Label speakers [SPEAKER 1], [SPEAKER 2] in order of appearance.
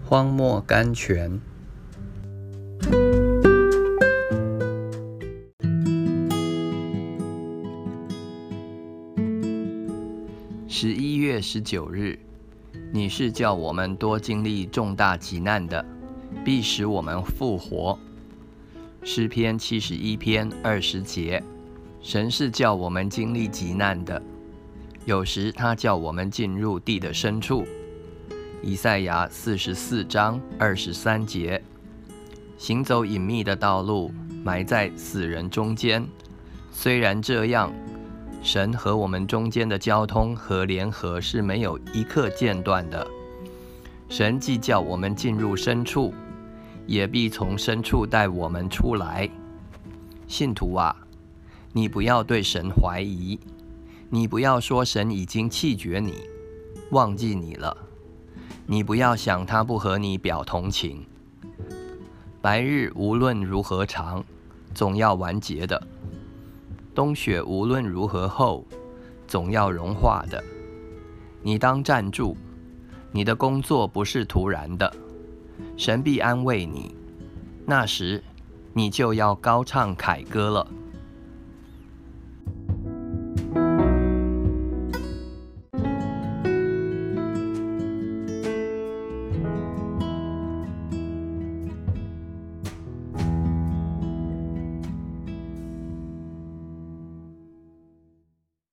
[SPEAKER 1] 荒漠甘泉。11月19日，你是叫我们多经历重大急难的，必使我们复活。诗篇71篇20节，神是叫我们经历急难的，有时他叫我们进入地的深处。以赛亚44章23节，行走隐秘的道路，埋在死人中间。虽然这样，神和我们中间的交通和联合是没有一刻间断的。神既叫我们进入深处，也必从深处带我们出来。信徒啊，你不要对神怀疑，你不要说神已经弃绝你，忘记你了。你不要想他不和你表同情。白日无论如何长，总要完结的；冬雪无论如何厚，总要融化的。你当站住，你的工作不是突然的，神必安慰你。那时，你就要高唱凯歌了。